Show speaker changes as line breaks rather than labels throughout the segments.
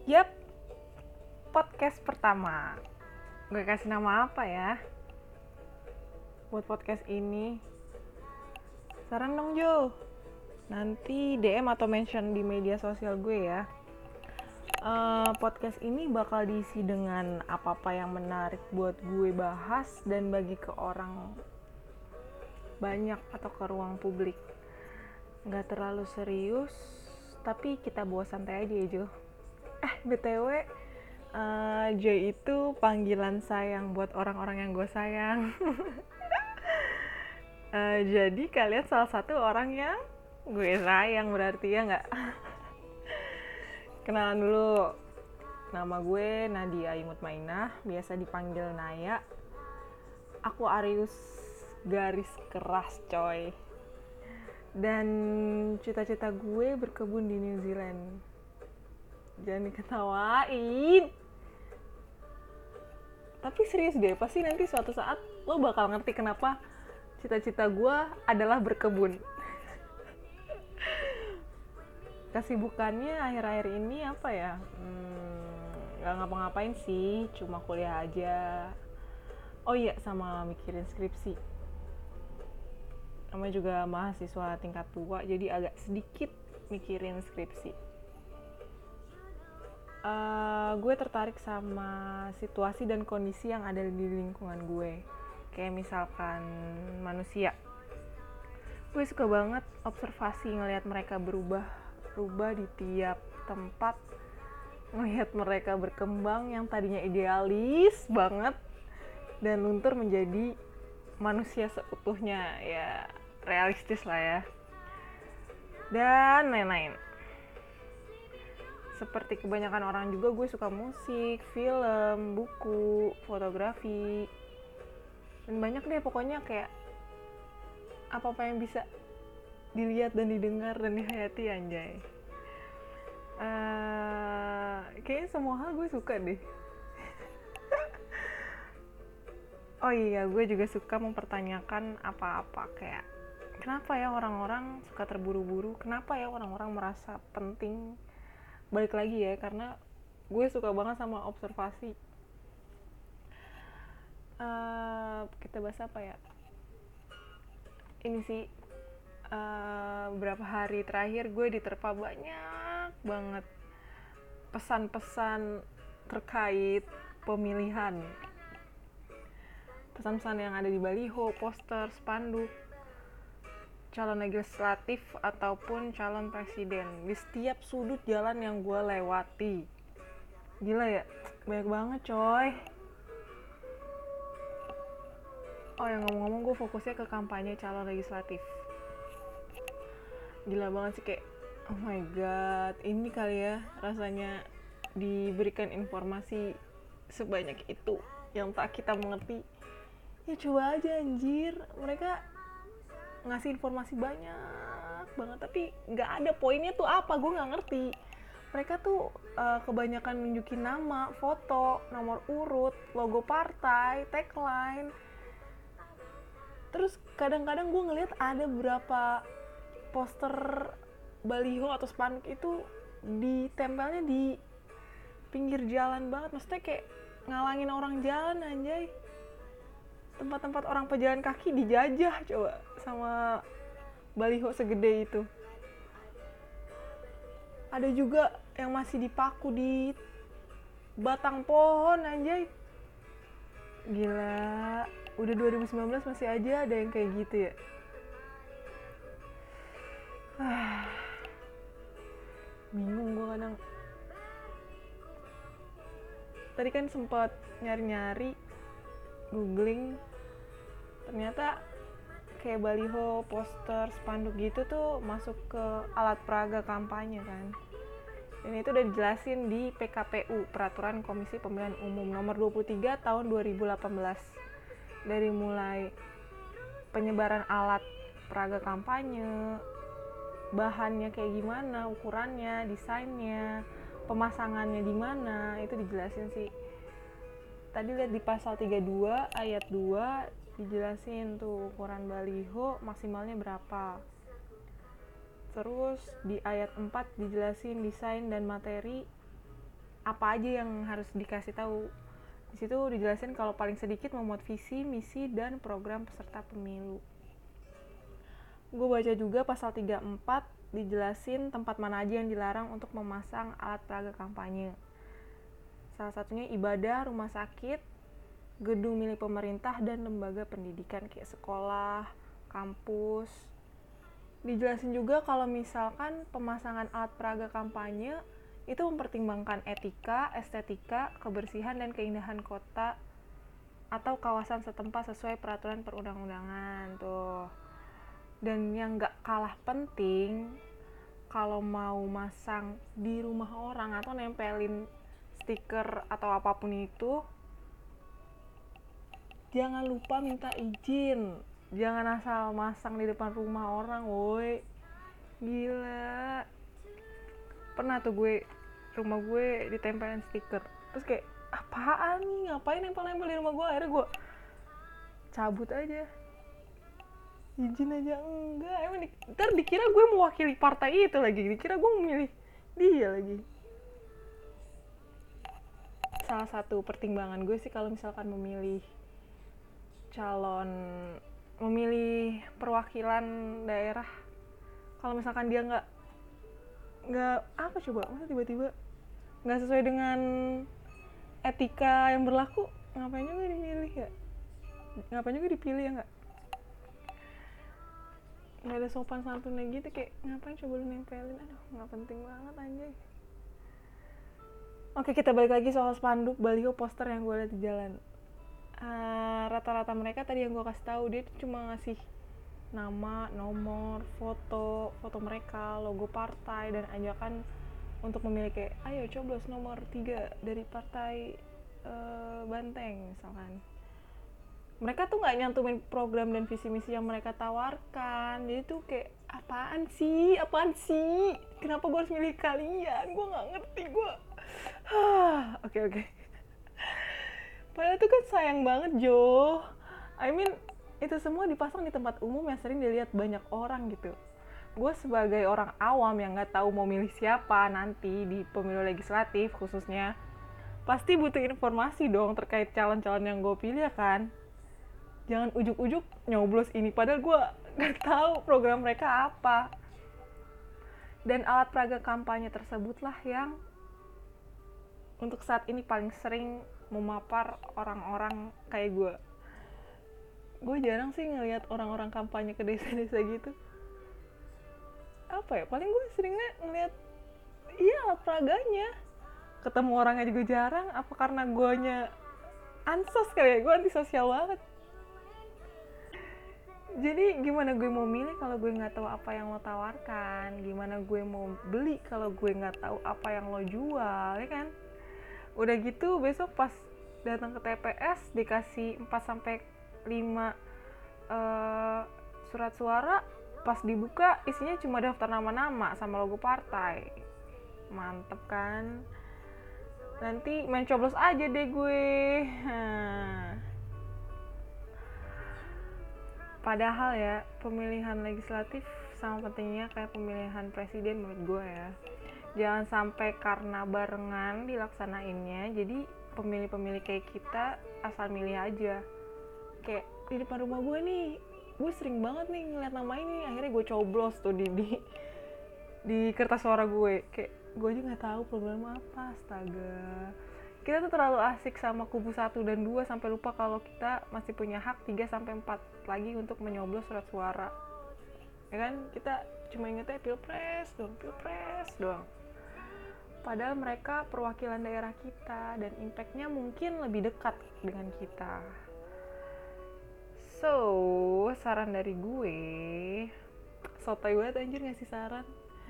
Yap, podcast pertama. Gue kasih nama apa ya? Buat podcast ini. Saran dong Jo. Nanti DM atau mention di media sosial gue ya. Podcast ini bakal diisi dengan apa-apa yang menarik buat gue bahas dan bagi ke orang banyak atau ke ruang publik. Gak terlalu serius, tapi kita bawa santai aja ya Jo. BTW, Joy itu panggilan sayang buat orang-orang yang gue sayang. Jadi kalian salah satu orang yang gue sayang berarti ya nggak? Kenalan dulu. Nama gue Nadia Imut Mainah, biasa dipanggil Naya. Aku Arius garis keras coy. Dan cita-cita gue berkebun di New Zealand. Jangan diketawain. Tapi serius deh, pasti nanti suatu saat lo bakal ngerti kenapa cita-cita gue adalah berkebun. Kesibukannya akhir-akhir ini apa ya? Gak ngapa-ngapain sih, cuma kuliah aja. Oh iya, sama mikirin skripsi. Namanya juga mahasiswa tingkat 2, jadi agak sedikit mikirin skripsi. Gue tertarik sama situasi dan kondisi yang ada di lingkungan gue. Kayak misalkan manusia. Gue suka banget observasi, ngelihat mereka berubah di tiap tempat, ngelihat mereka berkembang yang tadinya idealis banget dan luntur menjadi manusia seutuhnya, ya realistis lah ya, dan lain-lain. Seperti kebanyakan orang juga gue suka musik, film, buku, fotografi, dan banyak deh pokoknya kayak apa-apa yang bisa dilihat dan didengar dan dihayati anjay. Kayaknya semua hal gue suka deh. Oh iya, gue juga suka mempertanyakan apa-apa kayak kenapa ya orang-orang suka terburu-buru, kenapa ya orang-orang merasa penting. Balik lagi ya, karena gue suka banget sama observasi. Kita bahas apa ya? Ini sih, beberapa hari terakhir gue diterpa banyak banget pesan-pesan terkait pemilihan. Pesan-pesan yang ada di baliho, poster, spanduk, calon legislatif ataupun calon presiden di setiap sudut jalan yang gue lewati. Gila ya, banyak banget coy. Oh yang ngomong-ngomong, gue fokusnya ke kampanye calon legislatif. Gila banget sih, kayak oh my god, ini kali ya rasanya diberikan informasi sebanyak itu yang tak kita mengerti. Ya coba aja anjir, mereka ngasih informasi banyak banget tapi nggak ada poinnya tuh apa, gue nggak ngerti. Mereka tuh kebanyakan nunjukin nama, foto, nomor urut, logo partai, tagline. Terus kadang-kadang gue ngeliat ada beberapa poster baliho atau spanduk itu ditempelnya di pinggir jalan banget, maksudnya kayak ngalangin orang jalan anjay. Tempat-tempat orang pejalan kaki dijajah coba sama baliho segede itu. Ada juga yang masih dipaku di batang pohon anjay. Gila, udah 2019 masih aja ada yang kayak gitu ya. Bingung gue kadang. Tadi kan sempat nyari-nyari, googling, ternyata kayak baliho, poster, spanduk gitu tuh masuk ke alat peraga kampanye kan. Dan itu udah dijelasin di PKPU, Peraturan Komisi Pemilihan Umum nomor 23 tahun 2018. Dari mulai penyebaran alat peraga kampanye, bahannya kayak gimana, ukurannya, desainnya, pemasangannya di mana, itu dijelasin sih. Tadi lihat di pasal 32 ayat 2 dijelasin tuh ukuran baliho maksimalnya berapa. Terus di ayat 4 dijelasin desain dan materi apa aja yang harus dikasih tahu. Di situ dijelasin kalau paling sedikit memuat visi, misi, dan program peserta pemilu. Gue baca juga pasal 34 dijelasin tempat mana aja yang dilarang untuk memasang alat peraga kampanye. Salah satunya ibadah, rumah sakit, gedung milik pemerintah, dan lembaga pendidikan kayak sekolah, kampus. Dijelasin juga kalau misalkan pemasangan alat peraga kampanye itu mempertimbangkan etika, estetika, kebersihan, dan keindahan kota atau kawasan setempat sesuai peraturan perundang-undangan tuh. Dan yang gak kalah penting, kalau mau masang di rumah orang atau nempelin stiker atau apapun itu, jangan lupa minta izin. Jangan asal masang di depan rumah orang, woi. Gila. Pernah tuh rumah gue ditempelin stiker. Terus kayak, apaan nih? Ngapain nempel-nempel di rumah gue? Akhirnya gue cabut aja. Izin aja enggak. Emang ntar dikira gue mewakili partai itu lagi. Dikira gue memilih dia lagi. Salah satu pertimbangan gue sih kalau misalkan memilih perwakilan daerah, kalau misalkan dia nggak apa coba, masa tiba-tiba nggak sesuai dengan etika yang berlaku, ngapain juga dipilih ya nggak ada sopan santunnya gitu, kayak ngapain coba lu nempelin, aduh nggak penting banget anjay. Oke, kita balik lagi soal spanduk, baliho, poster yang gue lihat di jalan. Rata-rata mereka tadi yang gue kasih tahu, dia tuh cuma ngasih nama, nomor, foto mereka, logo partai, dan ajakan untuk memilih kayak, ayo coblos nomor 3 dari partai Banteng misalkan. Mereka tuh nggak nyantumin program dan visi misi yang mereka tawarkan. Jadi tuh kayak, apaan sih, kenapa gue harus milih kalian, gue nggak ngerti gue. Oke. Padahal itu kan sayang banget, Jo. Itu semua dipasang di tempat umum yang sering dilihat banyak orang gitu. Gue sebagai orang awam yang nggak tahu mau milih siapa nanti di pemilu legislatif khususnya, pasti butuh informasi dong terkait calon-calon yang gue pilih ya kan. Jangan ujuk-ujuk nyoblos ini, padahal gue nggak tahu program mereka apa. Dan alat peraga kampanye tersebutlah yang untuk saat ini paling sering memapar orang-orang kayak gue. Gue jarang sih ngelihat orang-orang kampanye ke desa-desa gitu. Apa ya, paling gue seringnya ngelihat alat peraganya. Ketemu orangnya juga jarang. Apa karena guanya ansos kali ya, gue antisosial banget. Jadi gimana gue mau milih kalau gue nggak tahu apa yang lo tawarkan? Gimana gue mau beli kalau gue nggak tahu apa yang lo jual, ya kan? Udah gitu besok pas datang ke TPS dikasih 4-5 surat suara, pas dibuka isinya cuma daftar nama-nama sama logo partai. Mantep kan? Nanti main coblos aja deh gue. Padahal ya, pemilihan legislatif sama pentingnya kayak pemilihan presiden menurut gue ya. Jangan sampai karena barengan dilaksanainnya, jadi pemilih-pemilih kayak kita asal milih aja. Kayak di depan rumah gue nih, gue sering banget nih ngeliat nama ini, akhirnya gue coblos tuh di kertas suara gue. Kayak gue aja nggak tahu program apa, astaga. Kita tuh terlalu asik sama kubu 1 dan 2 sampai lupa kalau kita masih punya hak 3-4 lagi untuk menyoblos surat suara. Ya kan? Kita cuma ingetnya pilpres doang. Padahal mereka perwakilan daerah kita dan impact-nya mungkin lebih dekat dengan kita. So, saran dari gue, sotoy banget anjir ngasih saran.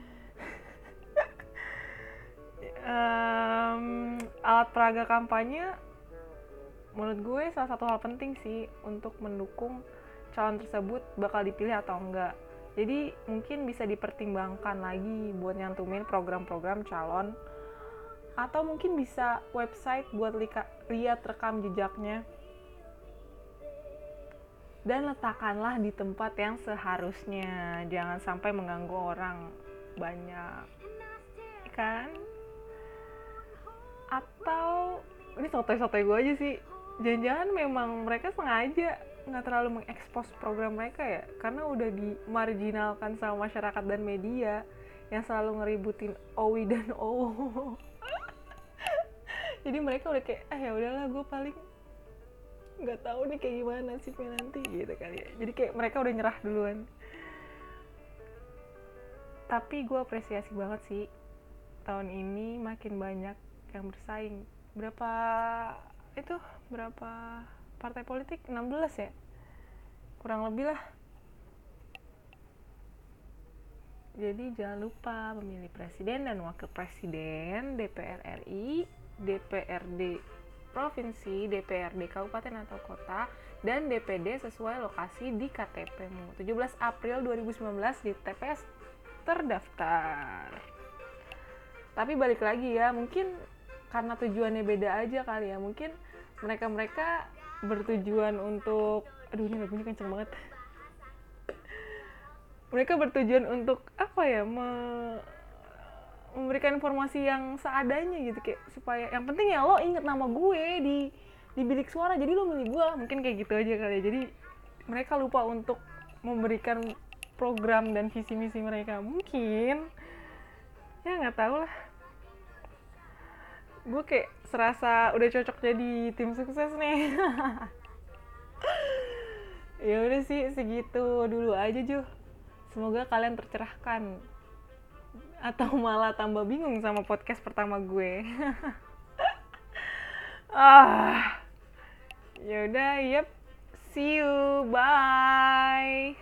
Alat peraga kampanye menurut gue salah satu hal penting sih untuk mendukung calon tersebut bakal dipilih atau enggak. Jadi mungkin bisa dipertimbangkan lagi buat nyantumin program-program calon, atau mungkin bisa website buat lihat rekam jejaknya, dan letakkanlah di tempat yang seharusnya, jangan sampai mengganggu orang banyak, kan? Atau ini sotoy-sotoy gue aja sih, jangan-jangan memang mereka sengaja nggak terlalu mengekspos program mereka ya, karena udah dimarginalkan sama masyarakat dan media yang selalu ngeributin Owi dan Owo. Jadi mereka udah kayak ya udahlah, gue paling nggak tahu nih kayak gimana nasibnya nanti gitu kali ya. Jadi kayak mereka udah nyerah duluan. Tapi gue apresiasi banget sih, tahun ini makin banyak yang bersaing. Berapa partai politik? 16 ya? Kurang lebih lah. Jadi jangan lupa memilih presiden dan wakil presiden, DPR RI, DPRD provinsi, DPRD kabupaten atau kota, dan DPD sesuai lokasi di KTP-mu. 17 April 2019 di TPS terdaftar. Tapi balik lagi ya, mungkin karena tujuannya beda aja kali ya. Mungkin mereka bertujuan untuk, aduh ini lagunya kenceng banget. Mereka bertujuan untuk apa ya, memberikan informasi yang seadanya gitu, kayak supaya yang penting ya lo inget nama gue di bilik suara, jadi lo milih gue. Mungkin kayak gitu aja kali ya. Jadi mereka lupa untuk memberikan program dan visi misi mereka. Mungkin ya nggak tahu lah. Gue kayak serasa udah cocok jadi tim sukses nih. Ya udah sih, segitu dulu aja Ju. Semoga kalian tercerahkan atau malah tambah bingung sama podcast pertama gue. Ya udah, yep. See you. Bye.